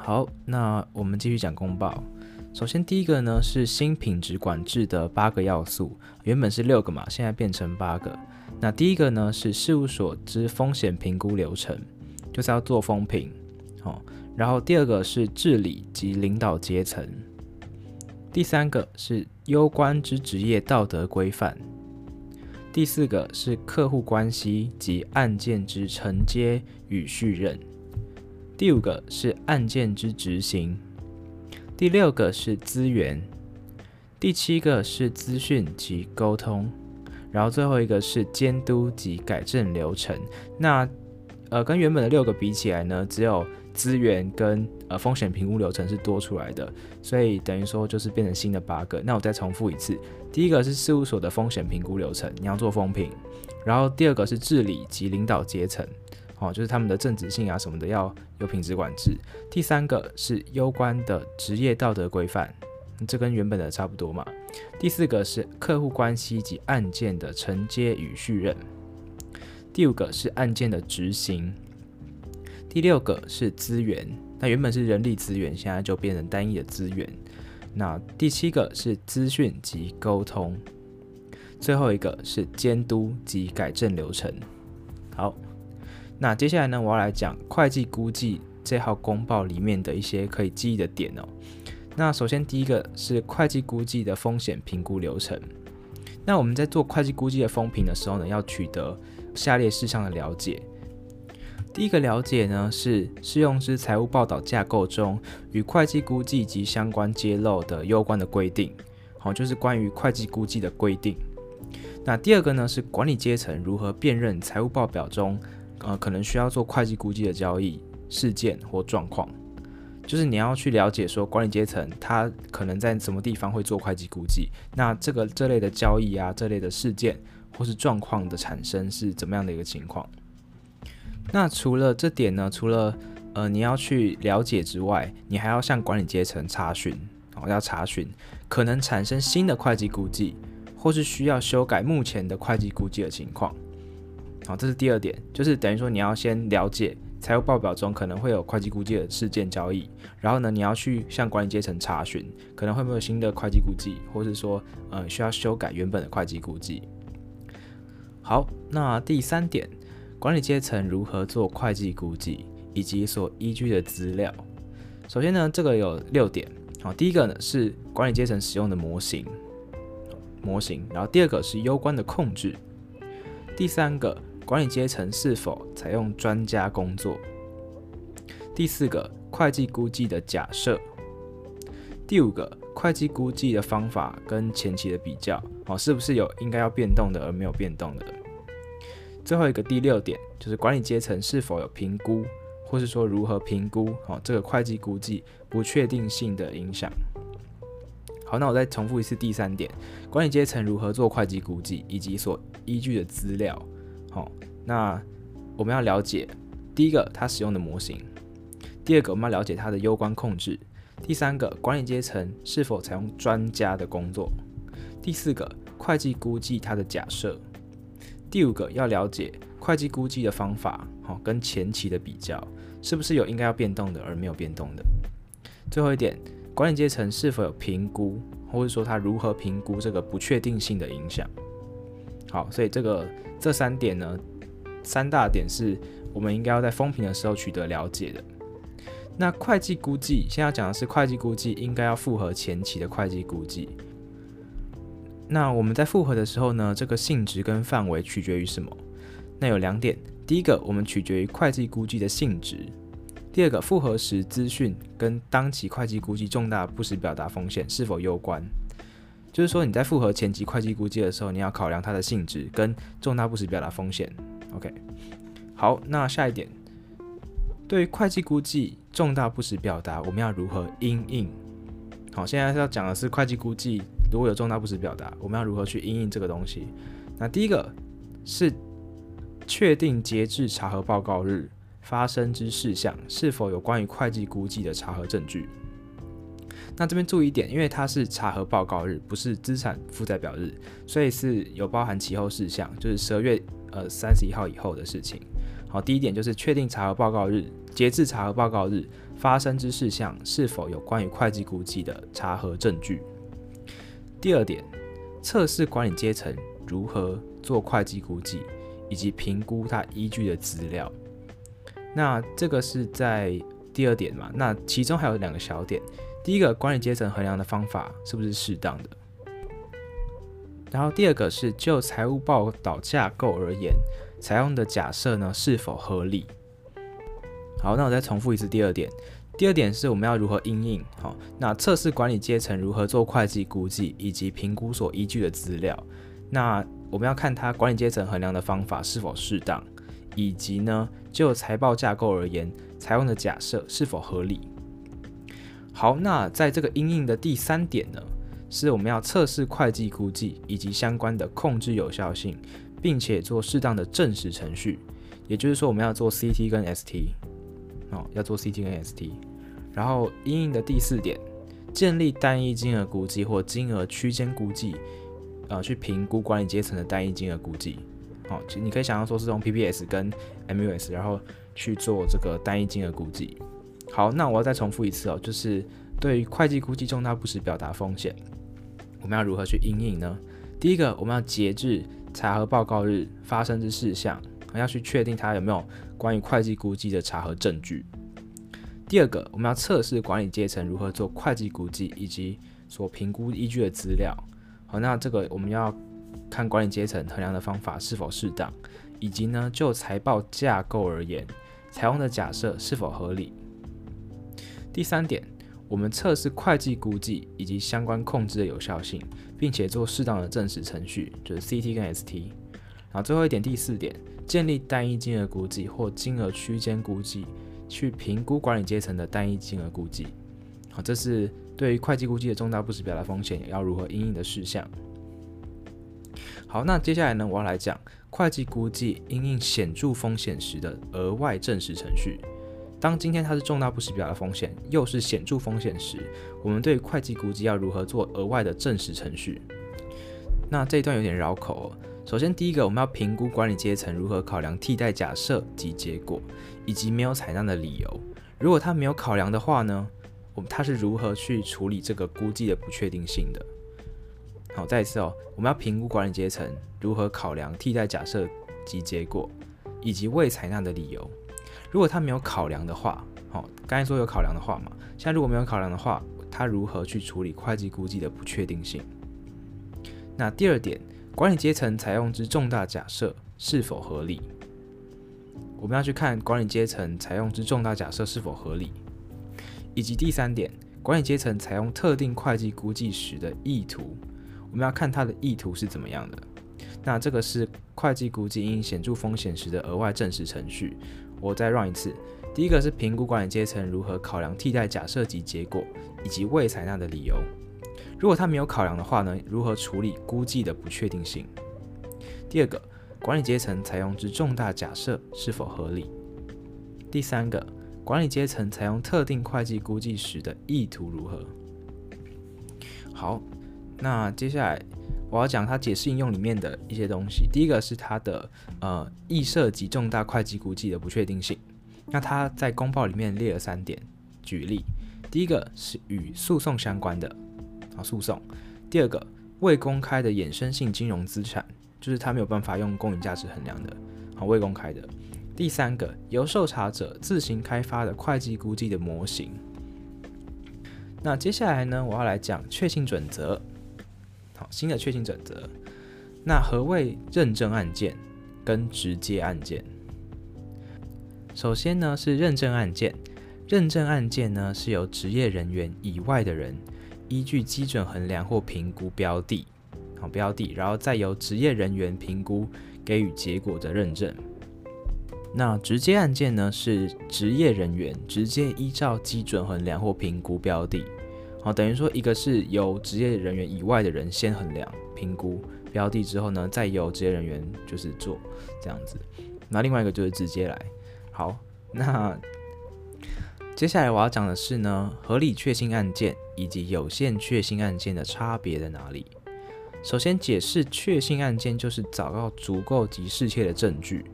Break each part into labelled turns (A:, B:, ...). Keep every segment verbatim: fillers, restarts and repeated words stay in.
A: 好，那我们继续讲公报。首先第一个呢是新品质管制的八个要素，原本是六个嘛，现在变成八个。那第一个呢是事务所之风险评估流程，就是要做风评。哦，然后第二个是治理及领导阶层，第三个是攸关之职业道德规范，第四个是客户关系及案件之承接与续任，第五个是案件之执行，第六个是资源，第七个是资讯及沟通，然后最后一个是监督及改正流程。那呃，跟原本的六个比起来呢，只有资源跟呃风险评估流程是多出来的，所以等于说就是变成新的八个。那我再重复一次，第一个是事务所的风险评估流程，你要做风评，然后第二个是治理及领导阶层，哦，就是他们的正直性啊什么的要有品质管制。第三个是攸关的职业道德规范，这跟原本的差不多嘛。第四个是客户关系及案件的承接与续任。第五个是案件的执行，第六个是资源，那原本是人力资源，现在就变成单一的资源。那第七个是资讯及沟通，最后一个是监督及改正流程。好，那接下来呢，我要来讲会计估计这号公报里面的一些可以记忆的点哦。那首先第一个是会计估计的风险评估流程。那我们在做会计估计的风评的时候呢，要取得下列事项的了解。第一个了解呢是适用之财务报道架构中与会计估计及相关揭露的攸关的规定，好，就是关于会计估计的规定。那第二个呢是管理阶层如何辨认财务报表中呃可能需要做会计估计的交易事件或状况，就是你要去了解说管理阶层他可能在什么地方会做会计估计，那这个这类的交易啊，这类的事件或是状况的产生是怎么样的一个情况。那除了这点呢，除了呃你要去了解之外，你还要向管理阶层查询，哦，要查询可能产生新的会计估计，或是需要修改目前的会计估计的情况。好，这是第二点，就是等于说你要先了解财务报表中可能会有会计估计的事件交易，然后呢，你要去向管理阶层查询，可能会不会有新的会计估计，或是说呃需要修改原本的会计估计。好，那第三点。管理阶层如何做会计估计，以及所依据的资料。首先呢，这个有六点。好，第一个呢是管理阶层使用的模型，模型。然后第二个是攸关的控制。第三个，管理阶层是否采用专家工作。第四个，会计估计的假设。第五个，会计估计的方法跟前期的比较，哦，是不是有应该要变动的而没有变动的。最后一个第六点就是管理阶层是否有评估，或是说如何评估，哦，这个会计估计不确定性的影响。好，那我再重复一次第三点，管理阶层如何做会计估计以及所依据的资料。好，那我们要了解第一个他使用的模型，第二个我们要了解他的攸关控制，第三个管理阶层是否采用专家的工作，第四个会计估计它的假设。第五个要了解会计估计的方法，哦，跟前期的比较，是不是有应该要变动的而没有变动的。最后一点，管理阶层是否有评估，或者说他如何评估这个不确定性的影响。好，所以这个这三点呢，三大点是我们应该要在风评的时候取得了解的。那会计估计，现在要讲的是会计估计应该要符合前期的会计估计。那我们在复核的时候呢，这个性质跟范围取决于什么？那有两点，第一个我们取决于会计估计的性质，第二个复核时资讯跟当期会计估计重大不实表达风险是否攸关。就是说你在复核前期会计估计的时候，你要考量它的性质跟重大不实表达风险。OK， 好，那下一点，对于会计估计重大不实表达，我们要如何因应？好，现在要讲的是会计估计如果有重大不实表达，我们要如何去因应这个东西？那第一个是确定截至查核报告日发生之事项是否有关于会计估计的查核证据。那这边注意一点，因为它是查核报告日，不是资产负债表日，所以是有包含其后事项，就是十二月呃三十一号以后的事情。好，第一点就是确定查核报告日截至查核报告日发生之事项是否有关于会计估计的查核证据。第二点，测试管理阶层如何做会计估计，以及评估它依据的资料。那这个是在第二点嘛，那其中还有两个小点。第一个，管理阶层衡量的方法是不是适当的？然后第二个是就财务报道架构而言，采用的假设呢是否合理？好，那我再重复一次第二点。第二点是我们要如何因应，好，那测试管理阶层如何做会计估计以及评估所依据的资料。那我们要看它管理阶层衡量的方法是否适当，以及呢就财报架构而言，采用的假设是否合理。好，那在这个因应的第三点呢，是我们要测试会计估计以及相关的控制有效性，并且做适当的证实程序。也就是说，我们要做 C T 跟 S T， 哦，要做 C T 跟 S T。然后因应的第四点，建立单一金额估计或金额区间估计，呃，去评估管理阶层的单一金额估计。好，其实你可以想象说是用 P P S 跟 M U S， 然后去做这个单一金额估计。好，那我要再重复一次哦，就是对于会计估计重大不实表达风险，我们要如何去因应呢？第一个，我们要截至查核报告日发生之事项，要去确定它有没有关于会计估计的查核证据。第二个，我们要测试管理阶层如何做会计估计以及所评估依据的资料。好，那这个我们要看管理阶层衡量的方法是否适当，以及呢就财报架构而言，采用的假设是否合理。第三点，我们测试会计估计以及相关控制的有效性，并且做适当的证实程序，就是 C T 跟 S T。然后最后一点，第四点，建立单一金额估计或金额区间估计，去评估管理阶层的单一金额估计。好，这是对于会计估计的重大不实表达风险要如何因应的事项。好，那接下来呢，我要来讲会计估计因应显著风险时的额外证实程序。当今天它是重大不实表达风险，又是显著风险时，我们对于会计估计要如何做额外的证实程序？那这一段有点绕口哦。首先，第一个，我们要评估管理阶层如何考量替代假设及结果，以及没有采纳的理由。如果他没有考量的话呢，我们他是如何去处理这个估计的不确定性的？好，再一次哦，我们要评估管理阶层如何考量替代假设及结果，以及未采纳的理由。如果他没有考量的话，好，刚才说有考量的话嘛，现在如果没有考量的话，他如何去处理会计估计的不确定性？那第二点，管理阶层采用之重大假设是否合理？我们要去看管理阶层采用之重大假设是否合理，以及第三点，管理阶层采用特定会计估计时的意图，我们要看它的意图是怎么样的。那这个是会计估计因显著风险时的额外证实程序。我再 run 一次，第一个是评估管理阶层如何考量替代假设及结果，以及未采纳的理由。如果他没有考量的话呢，如何处理估计的不确定性？第二个，管理阶层采用之重大假设是否合理？第三个，管理阶层采用特定会计估计时的意图如何？好，那接下来我要讲它解释应用里面的一些东西。第一个是它的呃易涉及重大会计估计的不确定性。那它在公报里面列了三点，举例。第一个是与诉讼相关的，好，诉讼。第二个，未公开的衍生性金融资产，就是它没有办法用公允价值衡量的，好，未公开的。第三个，由受查者自行开发的会计估计的模型。那接下来呢，我要来讲确信准则。好，新的确信准则。那何谓认证案件跟直接案件？首先呢是认证案件，认证案件呢是由职业人员以外的人依据基准衡量或评估标的，好，标的，然后再由职业人员评估给予结果的认证。那直接案件呢是职业人员直接依照基准衡量或评估标的。好，等于说一个是由职业人员以外的人先衡量评估标的之后呢，再由职业人员就是做这样子。那另外一个就是直接来。好，那接下来我要讲的是呢，合理确信案件以及有限确信案件的差别在哪里？首先解释确信案件就是找到足够及适切的证据，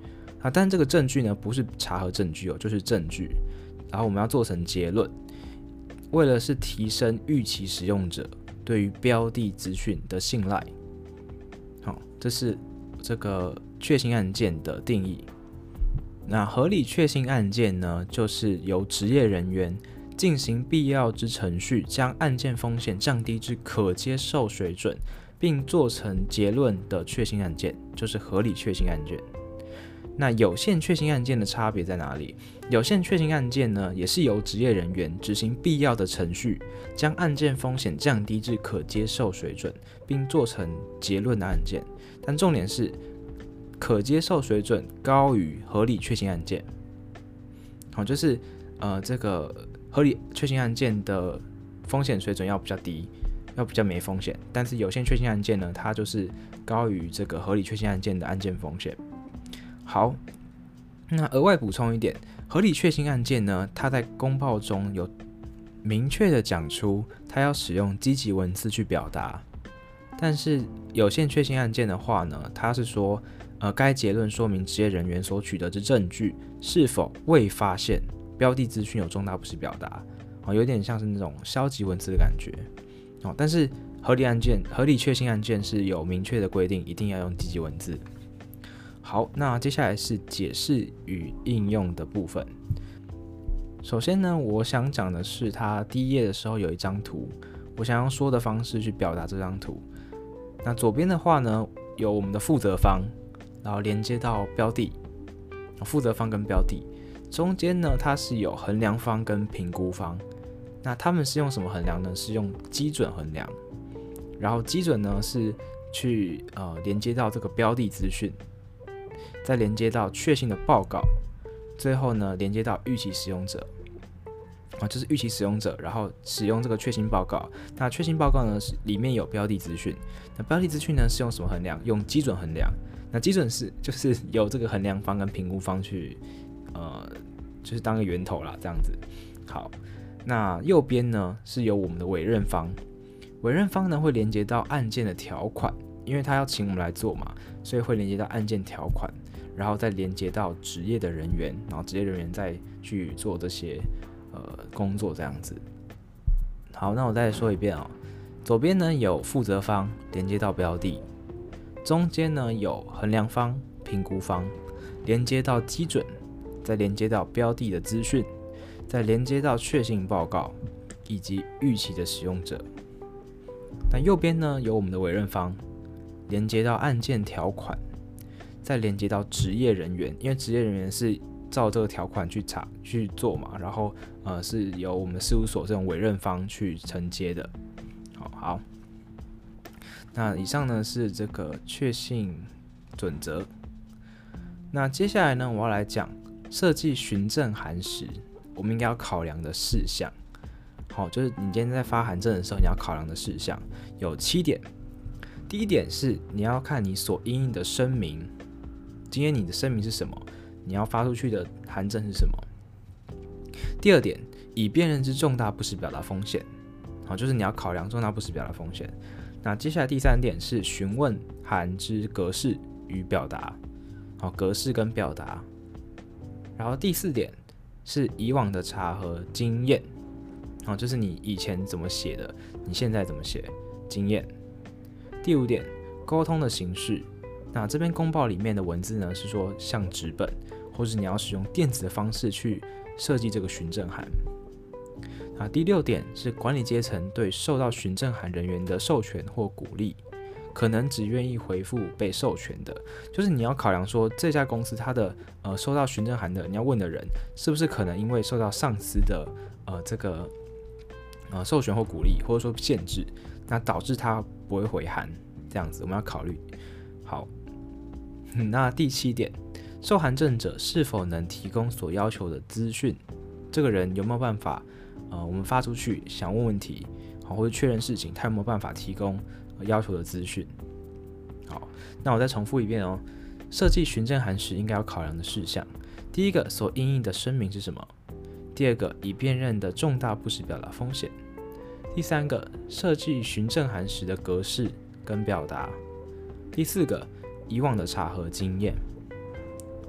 A: 啊，但这个证据呢不是查核证据哦，就是证据，然后我们要做成结论，为了是提升预期使用者对于标的资讯的信赖。好，这是这个确信案件的定义。那合理确信案件呢，就是由职业人员进行必要之程序，将案件风险降低至可接受水准，并做成结论的确信案件，就是合理确信案件。那有限确信案件的差别在哪里？有限确信案件呢，也是由职业人员执行必要的程序，将案件风险降低至可接受水准，并做成结论的案件。但重点是，可接受水准高于合理确信案件。好，就是呃，这个合理确信案件的风险水准要比较低，要比较没风险。但是有限确信案件呢，它就是高于这个合理确信案件的案件风险。好，那额外补充一点，合理确信案件呢，它在公报中有明确的讲出，它要使用积极文字去表达。但是有限确信案件的话呢，它是说，呃，该结论说明职业人员所取得之证据是否未发现标的资讯有重大不实表达，哦，有点像是那种消极文字的感觉。哦，但是合理案件、合理确信案件是有明确的规定，一定要用积极文字。好，那接下来是解释与应用的部分。首先呢，我想讲的是，它第一页的时候有一张图，我想用说的方式去表达这张图。那左边的话呢，有我们的负责方，然后连接到标的，负责方跟标的中间呢，它是有衡量方跟评估方。那他们是用什么衡量呢？是用基准衡量。然后基准呢是去呃连接到这个标的资讯。再连接到确信的报告，最后呢连接到预期使用者，啊，这是预期使用者，然后使用这个确信报告。那确信报告呢是里面有标的资讯，那标的资讯呢是用什么衡量？用基准衡量。那基准是就是由这个衡量方跟评估方去，呃，就是当个源头啦，这样子。好，那右边呢是由我们的委任方，委任方呢会连接到案件的条款，因为他要请我们来做嘛，所以会连接到案件条款。然后再连接到职业的人员，然后职业人员再去做这些呃工作，这样子。好，那我再说一遍哦。左边呢有负责方连接到标的，中间呢有衡量方、评估方，连接到基准，再连接到标的的资讯，再连接到确信报告以及预期的使用者。那右边呢有我们的委任方，连接到案件条款。再连接到职业人员，因为职业人员是照这个条款去查去做嘛，然后呃是由我们事务所这种委任方去承接的。好，好，那以上呢是这个确信准则。那接下来呢，我要来讲设计询证函时，我们应该要考量的事项。好，就是你今天在发函证的时候，你要考量的事项有七点。第一点是你要看你所因应的声明。今天你的声明是什么？你要发出去的函证是什么？第二点，以辨认之重大不实表达风险，好，就是你要考量重大不实表达风险。那接下来第三点是询问函之格式与表达，好，格式跟表达。然后第四点是以往的查核经验，好，就是你以前怎么写的，你现在怎么写，经验。第五点，沟通的形式。那这边公报里面的文字呢，是说像纸本，或是你要使用电子的方式去设计这个询证函。啊，第六点是管理阶层对受到询证函人员的授权或鼓励，可能只愿意回复被授权的，就是你要考量说这家公司它的呃收到询证函的你要问的人，是不是可能因为受到上司的呃这个呃授权或鼓励，或者说限制，那导致他不会回函，这样子我们要考虑。好。那第七点，受函证者是否能提供所要求的资讯？这个人有没有办法？呃，我们发出去想问问题，好，或者确认事情，他有没有办法提供、呃、要求的资讯？好，那我再重复一遍哦。设计询证函时应该要考量的事项：第一个，所因应的声明是什么？第二个，以辨认的重大不实表达风险；第三个，设计询证函时的格式跟表达；第四个，以往的查核经验；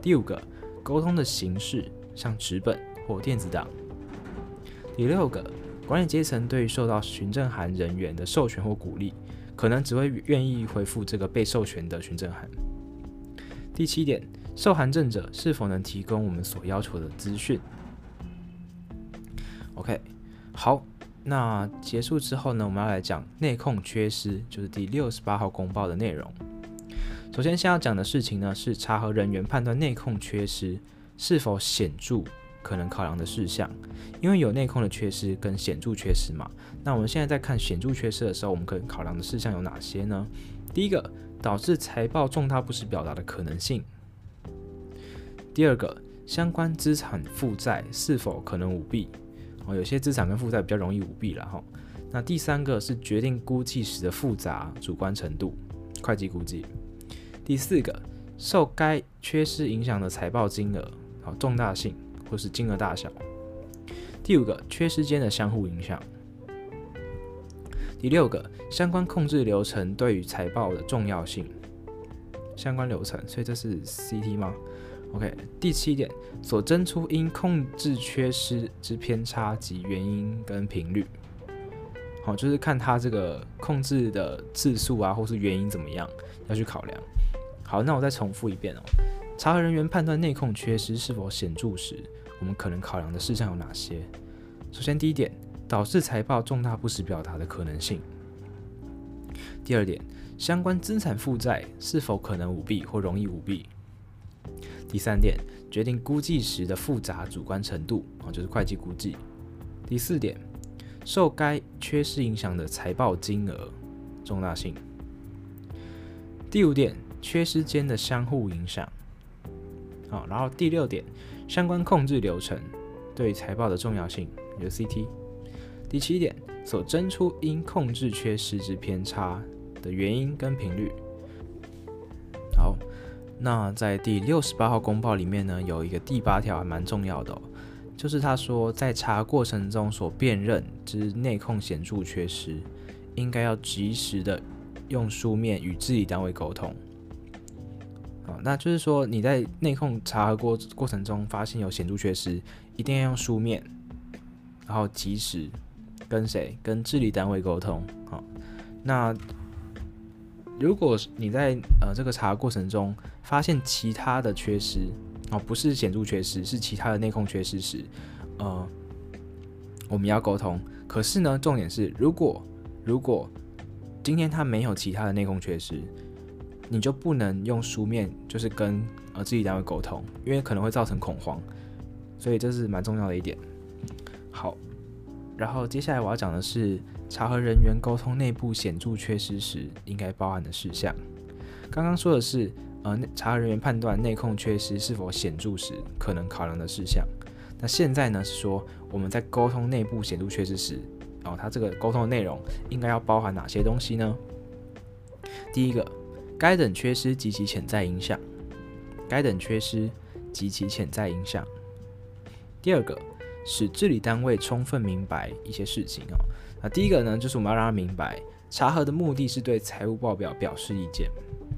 A: 第五个，沟通的形式，像纸本或电子档。第六个，管理阶层对于受到询证函人员的授权或鼓励，可能只会愿意回复这个被授权的询证函。第七点，受函证者是否能提供我们所要求的资讯。OK， 好，那结束之后呢，我们要来讲内控缺失，就是第六十八号公报的内容。首先，先要讲的事情呢，是查核人员判断内控缺失是否显著可能考量的事项。因为有内控的缺失跟显著缺失嘛，那我们现在在看显著缺失的时候，我们可能考量的事项有哪些呢？第一个，导致财报重大不实表达的可能性。第二个，相关资产负债是否可能舞弊。哦，有些资产跟负债比较容易舞弊啦齁。那第三个是决定估计时的复杂主观程度，会计估计。第四个，受该缺失影响的财报金额，好，重大性或是金额大小。第五个，缺失间的相互影响。第六个，相关控制流程对于财报的重要性。相关流程，所以这是 C T 吗？ OK， 第七点，所侦出因控制缺失之偏差及原因跟频率。好，就是看它这个控制的次数啊，或是原因怎么样，要去考量。好，那我再重复一遍哦。查核人员判断内控缺失是否显著时，我们可能考量的事项有哪些？首先，第一点，导致财报重大不实表达的可能性。第二点，相关资产负债是否可能舞弊或容易舞弊。第三点，决定估计时的复杂主观程度，就是会计估计。第四点，受该缺失影响的财报金额重大性。第五点，缺失间的相互影响。好，然后第六点，相关控制流程对财报的重要性，也就是 C T。第七点，所侦出因控制缺失之偏差的原因跟频率。好，那在第六十八号公报里面呢，有一个第八条还蛮重要的哦，就是他说在查过程中所辨认之内控显著缺失，应该要及时的用书面与治理单位沟通。好，那就是说你在内控查核过过程中发现有显著缺失，一定要用书面，然后及时跟谁？跟治理单位沟通。好，那如果你在呃这个查核过程中发现其他的缺失，哦，不是显著缺失，是其他的内控缺失时，呃，我们要沟通。可是呢，重点是，如果如果今天他没有其他的内控缺失，你就不能用书面，就是跟呃治理单位沟通，因为可能会造成恐慌，所以这是蛮重要的一点。好，然后接下来我要讲的是查核人员沟通内部显著缺失时应该包含的事项。刚刚说的是呃查核人员判断内控缺失是否显著时可能考量的事项。那现在呢是说我们在沟通内部显著缺失时，哦，它这个沟通的内容应该要包含哪些东西呢？第一个，该等缺失及其潜在影响。该等缺失及其潜在影响。第二个，使治理单位充分明白一些事情哦。那第一个呢，就是我们要让他明白，查核的目的是对财务报表表示意见。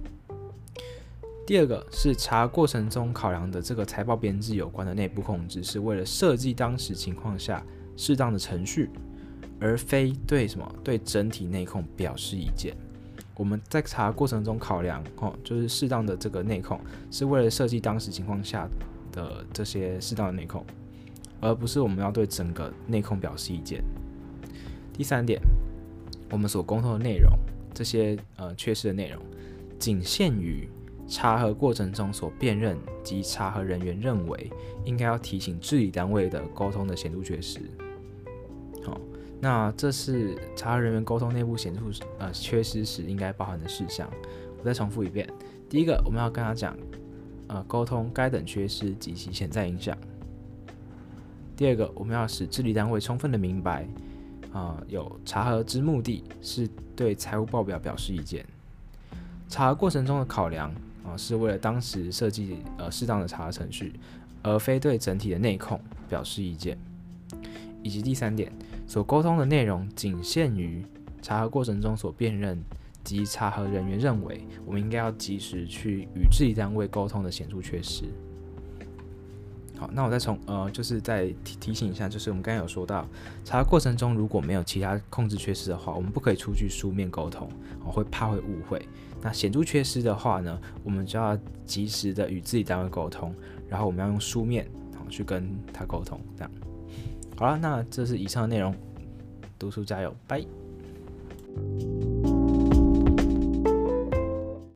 A: 第二个是查核过程中考量的这个财报编制有关的内部控制，是为了设计当时情况下适当的程序，而非对什么对整体内控表示意见。我们在查核过程中考量，哦，就是适当的这个内控，是为了设计当时情况下的这些适当的内控，而不是我们要对整个内控表示意见。第三点，我们所沟通的内容，这些呃缺失的内容，仅限于查核过程中所辨认及查核人员认为应该要提醒治理单位的沟通的显著缺失。好，那这是查核人员沟通内部显著呃缺失时应该包含的事项。我再重复一遍：第一个，我们要跟他讲，呃，沟通该等缺失及其潜在影响；第二个，我们要使治理单位充分的明白，啊、呃，有查核之目的是对财务报表表示意见；查核过程中的考量，啊、呃，是为了当时设计呃适当的查核程序，而非对整体的内控表示意见。以及第三点，所沟通的内容仅限于查核过程中所辨认及查核人员认为我们应该要及时去与治理单位沟通的显著缺失。 好，那我再从呃，就是再提提醒一下，就是我们刚才有说到，查核过程中如果没有其他控制缺失的话，我们不可以出具书面沟通，哦，会怕会误会。那显著缺失的话呢，我们就要及时的与自己单位沟通，然后我们要用书面，哦，去跟他沟通，这样。好了，那这是以上的内容，读书加油，拜。